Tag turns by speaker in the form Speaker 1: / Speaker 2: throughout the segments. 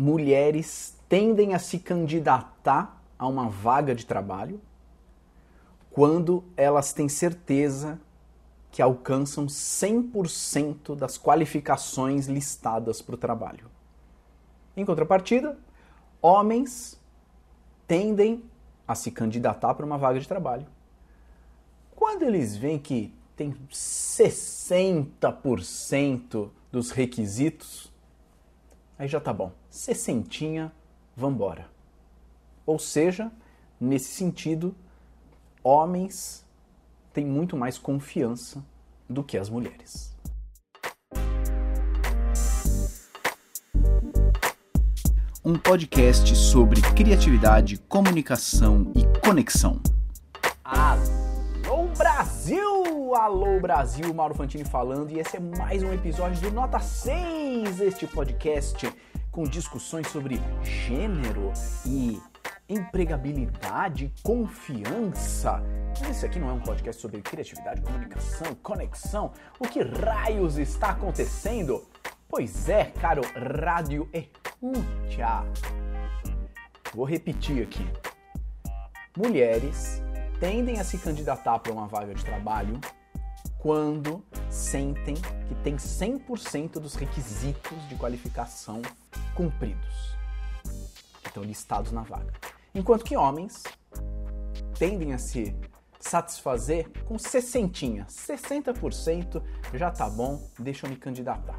Speaker 1: mulheres tendem a se candidatar a uma vaga de trabalho quando elas têm certeza que alcançam 100% das qualificações listadas para o trabalho. Em contrapartida, homens tendem a se candidatar para uma vaga de trabalho quando eles veem que tem 60% dos requisitos, aí já tá bom. 60, vambora. Ou seja, nesse sentido, homens têm muito mais confiança do que as mulheres. Um podcast sobre criatividade, comunicação e conexão. Alô Brasil! Alô Brasil, Mauro Fantini falando, e esse é mais um episódio do Nota 6, este podcast com discussões sobre gênero e empregabilidade, confiança. Esse aqui não é um podcast sobre criatividade, comunicação, conexão. O que raios está acontecendo? Pois é, caro rádio escucha. Vou repetir aqui. Mulheres tendem a se candidatar para uma vaga de trabalho quando sentem que tem 100% dos requisitos de qualificação cumpridos, que estão listados na vaga. Enquanto que homens tendem a se satisfazer com 60% já tá bom, deixa eu me candidatar.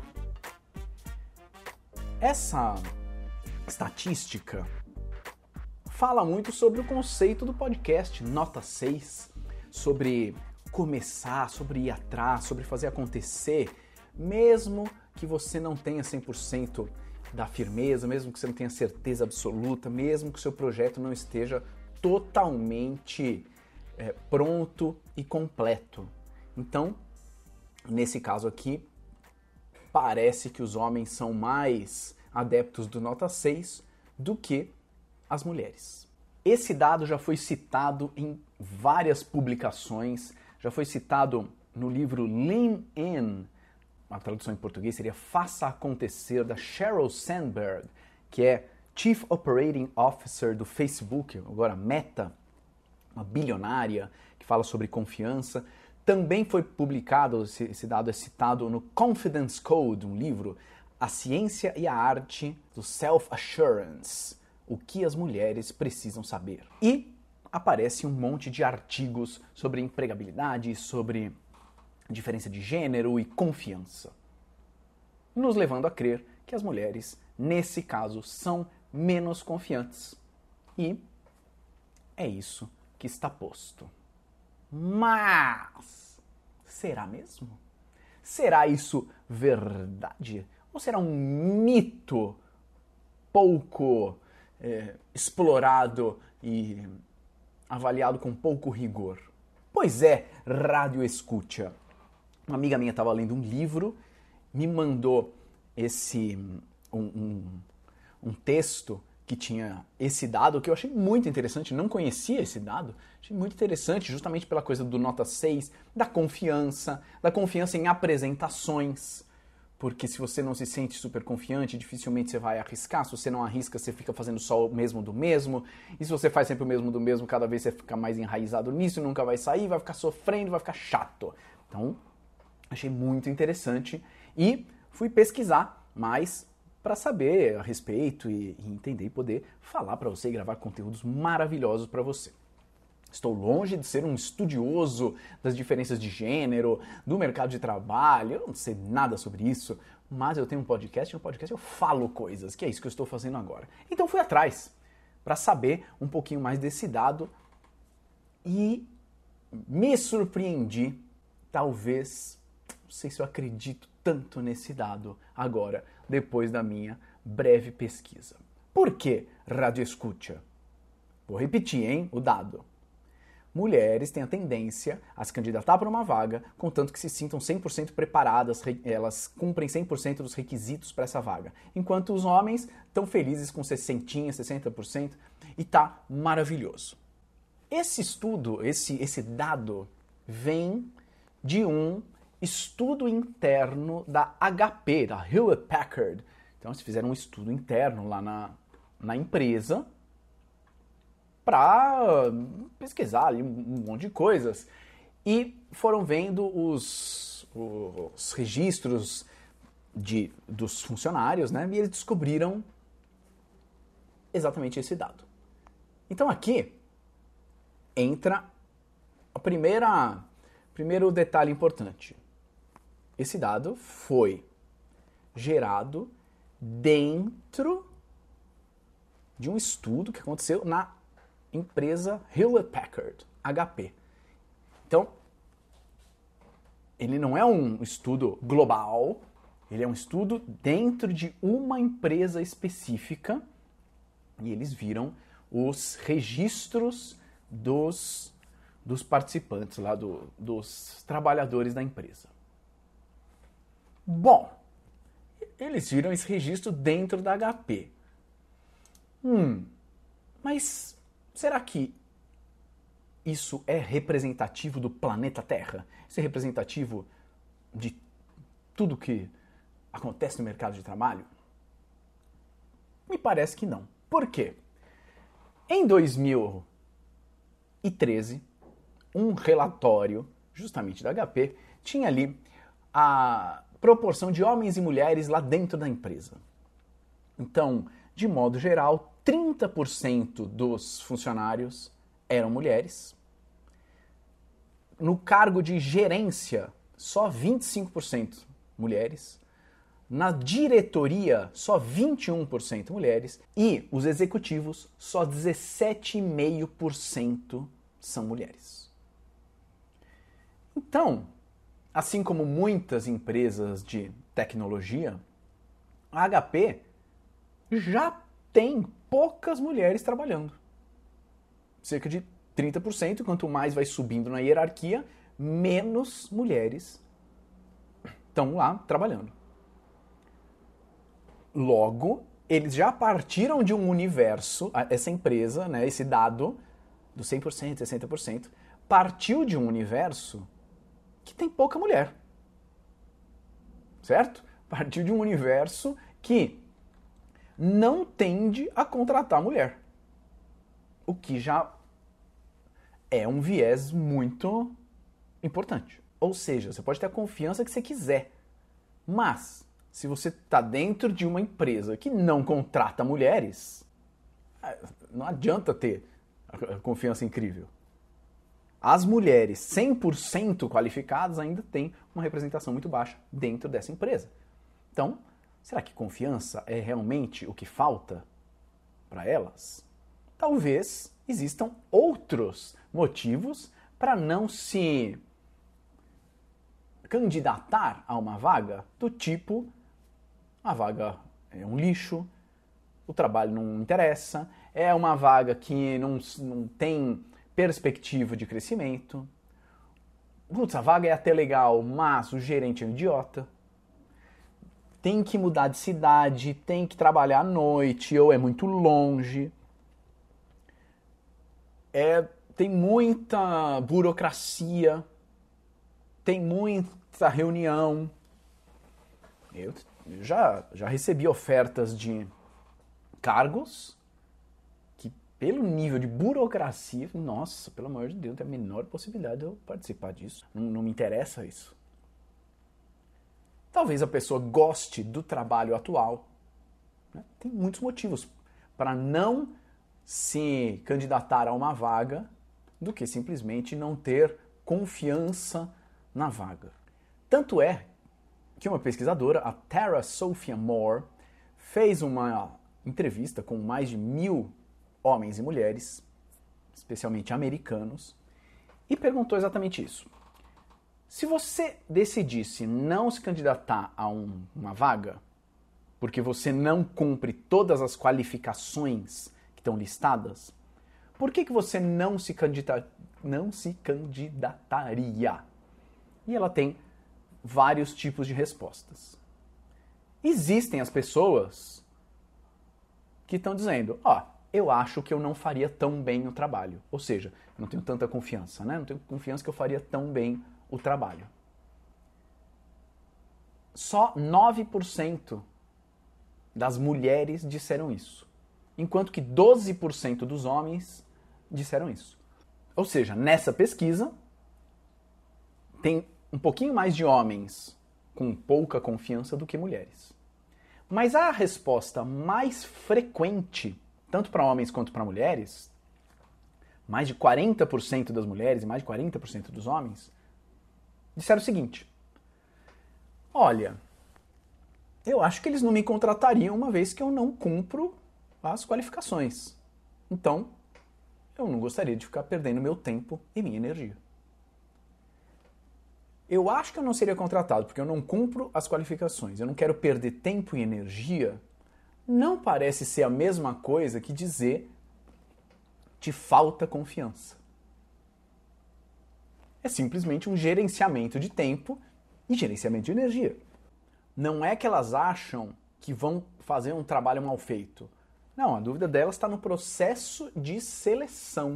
Speaker 1: Essa estatística fala muito sobre o conceito do podcast Nota 6, sobre começar, sobre ir atrás, sobre fazer acontecer, mesmo que você não tenha 100% da firmeza, mesmo que você não tenha certeza absoluta, mesmo que o seu projeto não esteja totalmente pronto e completo. Então, nesse caso aqui, parece que os homens são mais adeptos do Nota 6 do que as mulheres. Esse dado já foi citado em várias publicações, já foi citado no livro Lean In, a tradução em português seria Faça Acontecer, da Sheryl Sandberg, que é Chief Operating Officer do Facebook, agora Meta, uma bilionária que fala sobre confiança. Também foi publicado, esse dado é citado no Confidence Code, um livro, A Ciência e a Arte do Self-Assurance, o que as mulheres precisam saber. E aparece um monte de artigos sobre empregabilidade, sobre diferença de gênero e confiança, nos levando a crer que as mulheres, nesse caso, são menos confiantes. E é isso que está posto. Mas, será mesmo? Será isso verdade? Ou será um mito pouco explorado e avaliado com pouco rigor? Pois é, rádio escucha. Uma amiga minha estava lendo um livro, me mandou um texto que tinha esse dado, que eu achei muito interessante, não conhecia esse dado, achei muito interessante justamente pela coisa do Nota 6, da confiança em apresentações, porque se você não se sente super confiante, dificilmente você vai arriscar, se você não arrisca, você fica fazendo só o mesmo do mesmo, e se você faz sempre o mesmo do mesmo, cada vez você fica mais enraizado nisso, nunca vai sair, vai ficar sofrendo, vai ficar chato. Então, achei muito interessante e fui pesquisar mais para saber a respeito e entender e poder falar para você e gravar conteúdos maravilhosos para você. Estou longe de ser um estudioso das diferenças de gênero, do mercado de trabalho, eu não sei nada sobre isso, mas eu tenho um podcast e no podcast eu falo coisas, que é isso que eu estou fazendo agora. Então fui atrás para saber um pouquinho mais desse dado e me surpreendi, talvez, não sei se eu acredito tanto nesse dado agora, depois da minha breve pesquisa. Por que rádio escucha? Vou repetir, hein, o dado. Mulheres têm a tendência a se candidatar para uma vaga, contanto que se sintam 100% preparadas, elas cumprem 100% dos requisitos para essa vaga. Enquanto os homens estão felizes com 60%, e tá maravilhoso. Esse estudo, esse dado, vem de um estudo interno da HP, da Hewlett Packard, Então eles fizeram um estudo interno lá na empresa para pesquisar ali um monte de coisas. E foram vendo os registros dos funcionários, né? E eles descobriram exatamente esse dado. Então aqui entra o primeiro detalhe importante. Esse dado foi gerado dentro de um estudo que aconteceu na empresa Hewlett Packard, HP. Então, ele não é um estudo global, ele é um estudo dentro de uma empresa específica e eles viram os registros dos participantes lá, dos trabalhadores da empresa. Bom, eles viram esse registro dentro da HP. Mas será que isso é representativo do planeta Terra? Isso é representativo de tudo que acontece no mercado de trabalho? Me parece que não. Por quê? Em 2013, um relatório, justamente da HP, tinha ali a proporção de homens e mulheres lá dentro da empresa. Então, de modo geral, 30% dos funcionários eram mulheres. No cargo de gerência, só 25% mulheres. Na diretoria, só 21% mulheres. E os executivos, só 17,5% são mulheres. Então, assim como muitas empresas de tecnologia, a HP já tem poucas mulheres trabalhando. Cerca de 30%, quanto mais vai subindo na hierarquia, menos mulheres estão lá trabalhando. Logo, eles já partiram de um universo, essa empresa, né, esse dado do 100%, 60%, partiu de um universo que tem pouca mulher. Certo? Partiu de um universo que não tende a contratar mulher. O que já é um viés muito importante. Ou seja, você pode ter a confiança que você quiser, mas se você está dentro de uma empresa que não contrata mulheres, não adianta ter a confiança incrível. As mulheres 100% qualificadas ainda têm uma representação muito baixa dentro dessa empresa. Então, será que confiança é realmente o que falta para elas? Talvez existam outros motivos para não se candidatar a uma vaga do tipo: a vaga é um lixo, o trabalho não interessa, é uma vaga que não tem perspectiva de crescimento. Putz, a vaga é até legal, mas o gerente é um idiota. Tem que mudar de cidade, tem que trabalhar à noite, ou é muito longe. Tem muita burocracia, tem muita reunião. Eu já recebi ofertas de cargos que, pelo nível de burocracia, nossa, pelo amor de Deus, não tem a menor possibilidade de eu participar disso. Não me interessa isso. Talvez a pessoa goste do trabalho atual. Né? Tem muitos motivos para não se candidatar a uma vaga do que simplesmente não ter confiança na vaga. Tanto é que uma pesquisadora, a Tara Sophia Moore, fez uma entrevista com mais de 1.000 homens e mulheres, especialmente americanos, e perguntou exatamente isso. Se você decidisse não se candidatar a uma vaga, porque você não cumpre todas as qualificações que estão listadas, por que você não se candidataria? E ela tem vários tipos de respostas. Existem as pessoas que estão dizendo: eu acho que eu não faria tão bem o trabalho. Ou seja, eu não tenho tanta confiança, né? Não tenho confiança que eu faria tão bem o trabalho. Só 9% das mulheres disseram isso, enquanto que 12% dos homens disseram isso. Ou seja, nessa pesquisa, tem um pouquinho mais de homens com pouca confiança do que mulheres. Mas a resposta mais frequente, tanto para homens quanto para mulheres, mais de 40% das mulheres e mais de 40% dos homens, disseram o seguinte: olha, eu acho que eles não me contratariam uma vez que eu não cumpro as qualificações. Então, eu não gostaria de ficar perdendo meu tempo e minha energia. Eu acho que eu não seria contratado porque eu não cumpro as qualificações, eu não quero perder tempo e energia, não parece ser a mesma coisa que dizer te falta confiança. É simplesmente um gerenciamento de tempo e gerenciamento de energia. Não é que elas acham que vão fazer um trabalho mal feito. Não, a dúvida delas está no processo de seleção.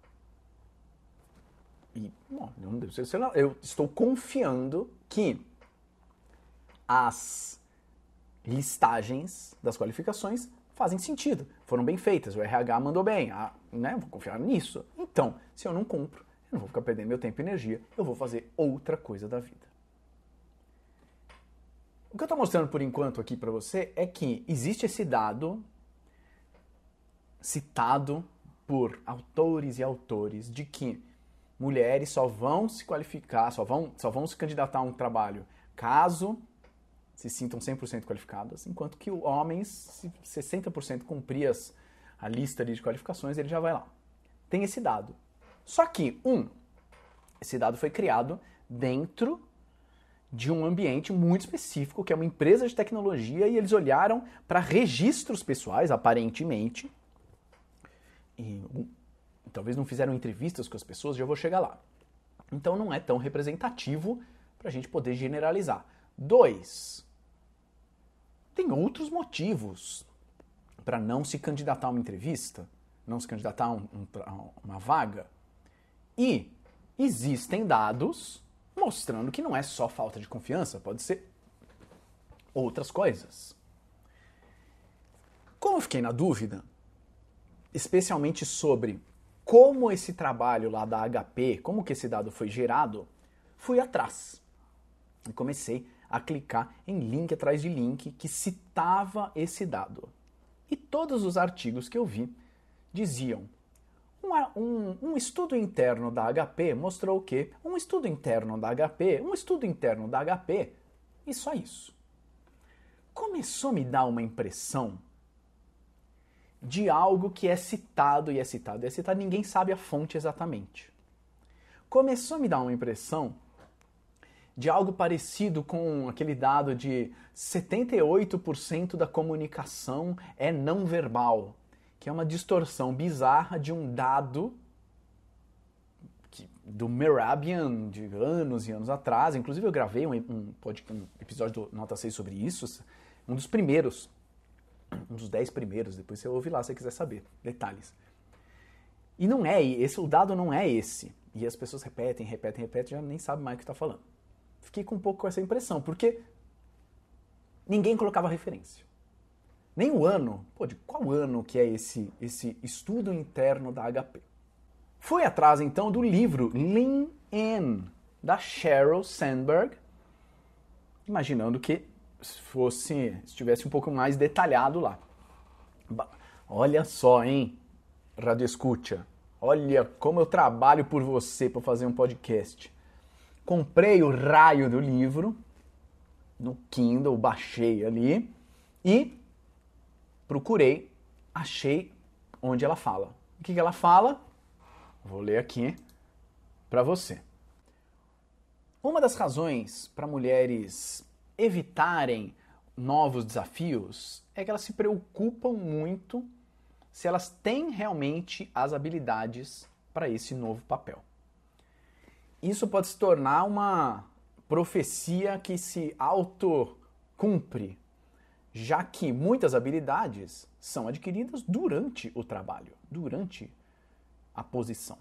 Speaker 1: E, bom, eu estou confiando que as listagens das qualificações fazem sentido, foram bem feitas, o RH mandou bem, vou confiar nisso. Então, se eu não cumpro, eu não vou ficar perdendo meu tempo e energia, eu vou fazer outra coisa da vida. O que eu estou mostrando por enquanto aqui para você é que existe esse dado citado por autores e autores de que mulheres só vão se qualificar, só vão se candidatar a um trabalho caso se sintam 100% qualificadas, enquanto que homens, se 60% cumprir a lista de qualificações, ele já vai lá. Tem esse dado. Só que, esse dado foi criado dentro de um ambiente muito específico, que é uma empresa de tecnologia, e eles olharam para registros pessoais, aparentemente, e talvez não fizeram entrevistas com as pessoas, já vou chegar lá. Então não é tão representativo para a gente poder generalizar. 2, tem outros motivos para não se candidatar a uma entrevista, não se candidatar a uma vaga. E existem dados mostrando que não é só falta de confiança, pode ser outras coisas. Como eu fiquei na dúvida, especialmente sobre como esse trabalho lá da HP, como que esse dado foi gerado, fui atrás e comecei a clicar em link atrás de link que citava esse dado. E todos os artigos que eu vi diziam: um estudo interno da HP mostrou o quê? Um estudo interno da HP, e só isso. Começou a me dar uma impressão de algo que é citado, ninguém sabe a fonte exatamente. Começou a me dar uma impressão de algo parecido com aquele dado de 78% da comunicação é não verbal, que é uma distorção bizarra de um dado do Mehrabian de anos e anos atrás. Inclusive eu gravei um episódio do Nota 6 sobre isso, um dos primeiros, um dos 10 primeiros, depois você ouve lá se você quiser saber detalhes. E não é esse, o dado não é esse. E as pessoas repetem, já nem sabem mais o que está falando. Fiquei com um pouco com essa impressão, porque ninguém colocava referência. Nem o ano. De qual ano que é esse estudo interno da HP? Fui atrás, então, do livro Lean In, da Sheryl Sandberg, imaginando que estivesse um pouco mais detalhado lá. Olha só, hein, Radio Escucha. Olha como eu trabalho por você para fazer um podcast. Comprei o raio do livro no Kindle, baixei ali e procurei, achei onde ela fala. O que ela fala? Vou ler aqui para você. Uma das razões para mulheres evitarem novos desafios é que elas se preocupam muito se elas têm realmente as habilidades para esse novo papel. Isso pode se tornar uma profecia que se autocumpre, já que muitas habilidades são adquiridas durante o trabalho, durante a posição.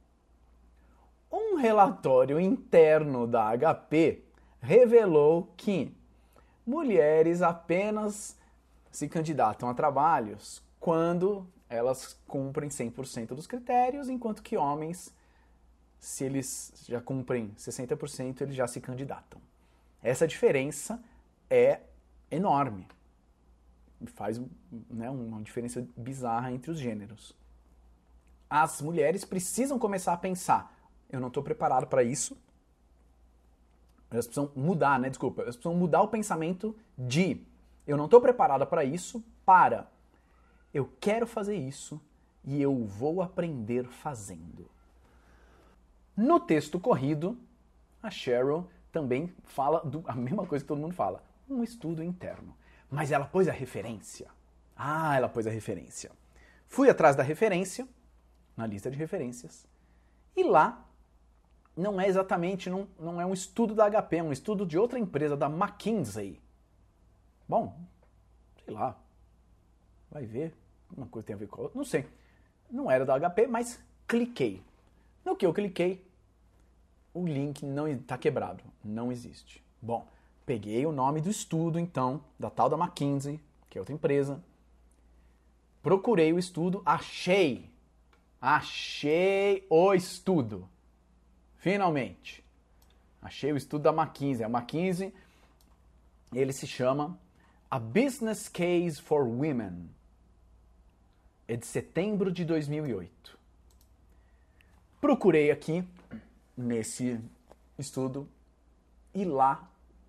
Speaker 1: Um relatório interno da HP revelou que mulheres apenas se candidatam a trabalhos quando elas cumprem 100% dos critérios, enquanto que homens, se eles já cumprem 60%, eles já se candidatam. Essa diferença é enorme. Faz, né, uma diferença bizarra entre os gêneros. As mulheres precisam começar a pensar, eu não estou preparado para isso. Elas precisam mudar, né? Desculpa. Elas precisam mudar o pensamento de eu não estou preparada para isso, para eu quero fazer isso e eu vou aprender fazendo. No texto corrido, a Cheryl também fala a mesma coisa que todo mundo fala, um estudo interno. Mas ela pôs a referência. Ela pôs a referência. Fui atrás da referência, na lista de referências, e lá não é exatamente, não é um estudo da HP, é um estudo de outra empresa, da McKinsey. Bom, sei lá, vai ver, uma coisa tem a ver com a outra, não sei. Não era da HP, mas cliquei. No que eu cliquei, o link não está quebrado, não existe. Bom, peguei o nome do estudo, então, da tal da McKinsey, que é outra empresa, procurei o estudo, achei o estudo. Finalmente, achei o estudo da McKinsey. A McKinsey, ele se chama A Business Case for Women. É de setembro de 2008. Procurei aqui, nesse estudo, e lá,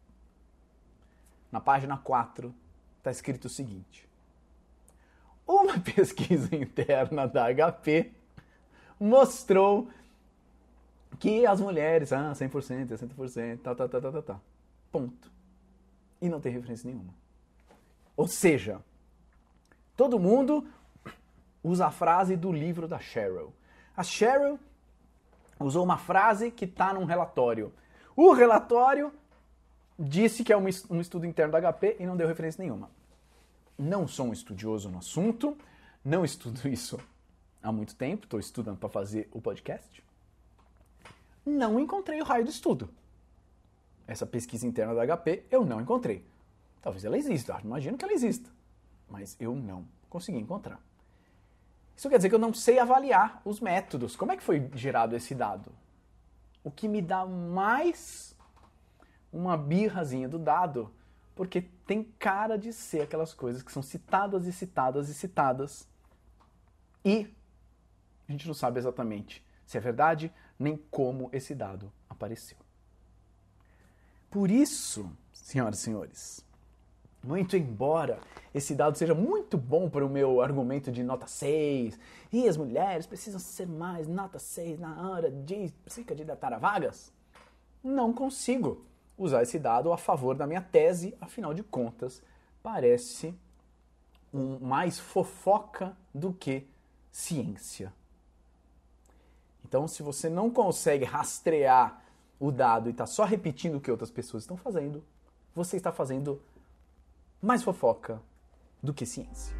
Speaker 1: na página 4, está escrito o seguinte. Uma pesquisa interna da HP mostrou que as mulheres, 100%, 60%, tá. Ponto. E não tem referência nenhuma. Ou seja, todo mundo usa a frase do livro da Cheryl. A Cheryl usou uma frase que está num relatório. O relatório disse que é um estudo interno da HP e não deu referência nenhuma. Não sou um estudioso no assunto, não estudo isso há muito tempo, estou estudando para fazer o podcast. Não encontrei o raio do estudo. Essa pesquisa interna da HP eu não encontrei. Talvez ela exista, imagino que ela exista, mas eu não consegui encontrar. Isso quer dizer que eu não sei avaliar os métodos. Como é que foi gerado esse dado? O que me dá mais uma birrazinha do dado, porque tem cara de ser aquelas coisas que são citadas e citadas e citadas e a gente não sabe exatamente se é verdade nem como esse dado apareceu. Por isso, senhoras e senhores, muito embora esse dado seja muito bom para o meu argumento de nota 6, e as mulheres precisam ser mais nota 6 na hora de se candidatar a vagas, não consigo usar esse dado a favor da minha tese, afinal de contas, parece mais fofoca do que ciência. Então, se você não consegue rastrear o dado e está só repetindo o que outras pessoas estão fazendo, você está fazendo mais fofoca do que ciência.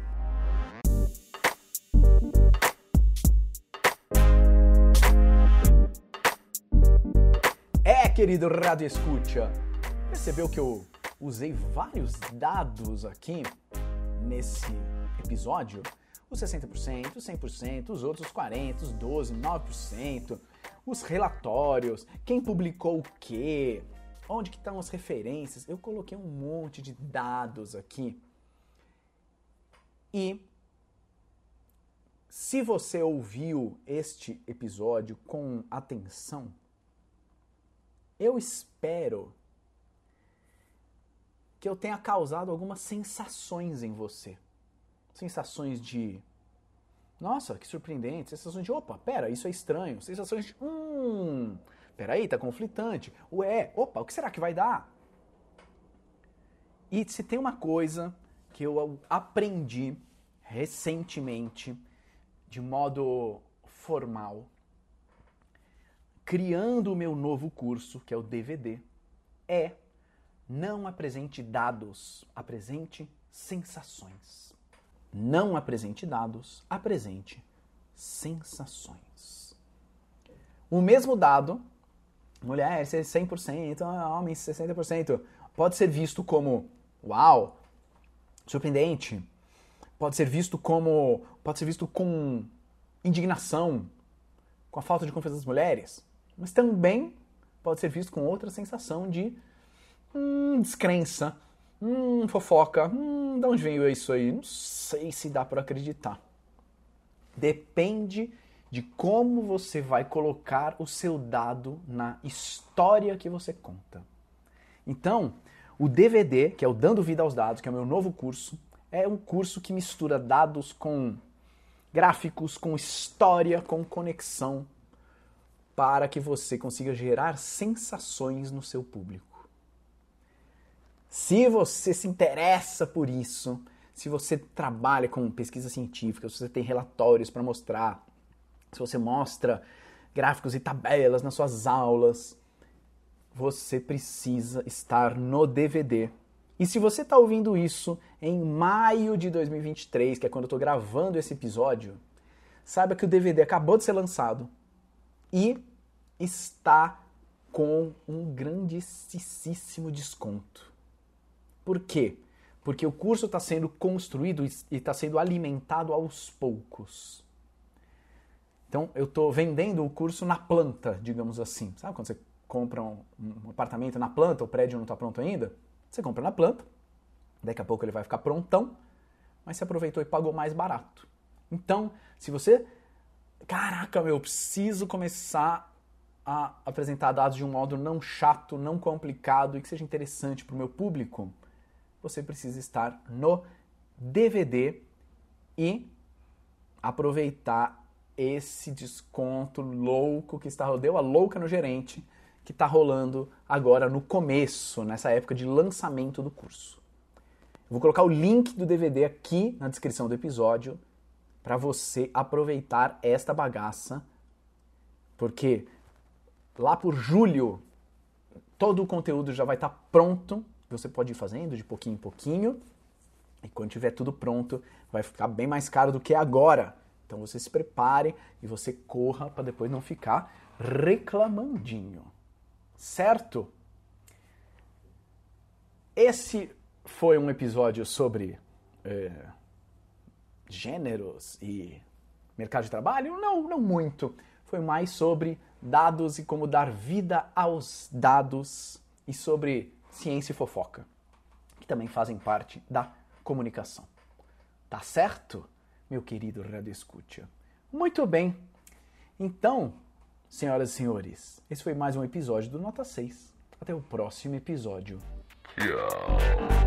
Speaker 1: Querido Rádio Escucha, percebeu que eu usei vários dados aqui nesse episódio? Os 60%, os 100%, os outros 40%, os 12%, 9%, os relatórios, quem publicou o quê, onde que estão as referências. Eu coloquei um monte de dados aqui. E se você ouviu este episódio com atenção, eu espero que eu tenha causado algumas sensações em você. Sensações de, nossa, que surpreendente. Sensações de, opa, pera, isso é estranho. Sensações de, peraí, tá conflitante. Ué, opa, o que será que vai dar? E se tem uma coisa que eu aprendi recentemente, de modo formal, criando o meu novo curso, que é o DVD, não apresente dados, apresente sensações. Não apresente dados, apresente sensações. O mesmo dado, mulher 100%, homem 60%, pode ser visto como, uau, surpreendente, pode ser visto com indignação, com a falta de confiança das mulheres, mas também pode ser visto com outra sensação de descrença, fofoca, de onde veio isso aí? Não sei se dá para acreditar. Depende de como você vai colocar o seu dado na história que você conta. Então, o DVD, que é o Dando Vida aos Dados, que é o meu novo curso, é um curso que mistura dados com gráficos, com história, com conexão, para que você consiga gerar sensações no seu público. Se você se interessa por isso, se você trabalha com pesquisa científica, se você tem relatórios para mostrar, se você mostra gráficos e tabelas nas suas aulas, você precisa estar no DVD. E se você está ouvindo isso em maio de 2023, que é quando eu estou gravando esse episódio, saiba que o DVD acabou de ser lançado e está com um grandíssimo desconto. Por quê? Porque o curso está sendo construído e está sendo alimentado aos poucos. Então, eu estou vendendo o curso na planta, digamos assim. Sabe quando você compra um apartamento na planta, o prédio não está pronto ainda? Você compra na planta, daqui a pouco ele vai ficar prontão, mas você aproveitou e pagou mais barato. Então, se você... Caraca, eu preciso começar a apresentar dados de um modo não chato, não complicado e que seja interessante para o meu público, você precisa estar no DVD e aproveitar esse desconto louco que está... Deu a louca no gerente, que está rolando agora no começo, nessa época de lançamento do curso. Eu vou colocar o link do DVD aqui na descrição do episódio para você aproveitar esta bagaça, porque lá por julho todo o conteúdo já vai estar pronto, você pode ir fazendo de pouquinho em pouquinho, e quando tiver tudo pronto vai ficar bem mais caro do que agora. Então você se prepare e você corra para depois não ficar reclamandinho. Certo? Esse foi um episódio sobre gêneros e mercado de trabalho? Não muito. Foi mais sobre dados e como dar vida aos dados e sobre ciência e fofoca, que também fazem parte da comunicação. Tá certo, meu querido radioescuta? Muito bem. Então, senhoras e senhores, esse foi mais um episódio do Nota 6. Até o próximo episódio. Tchau.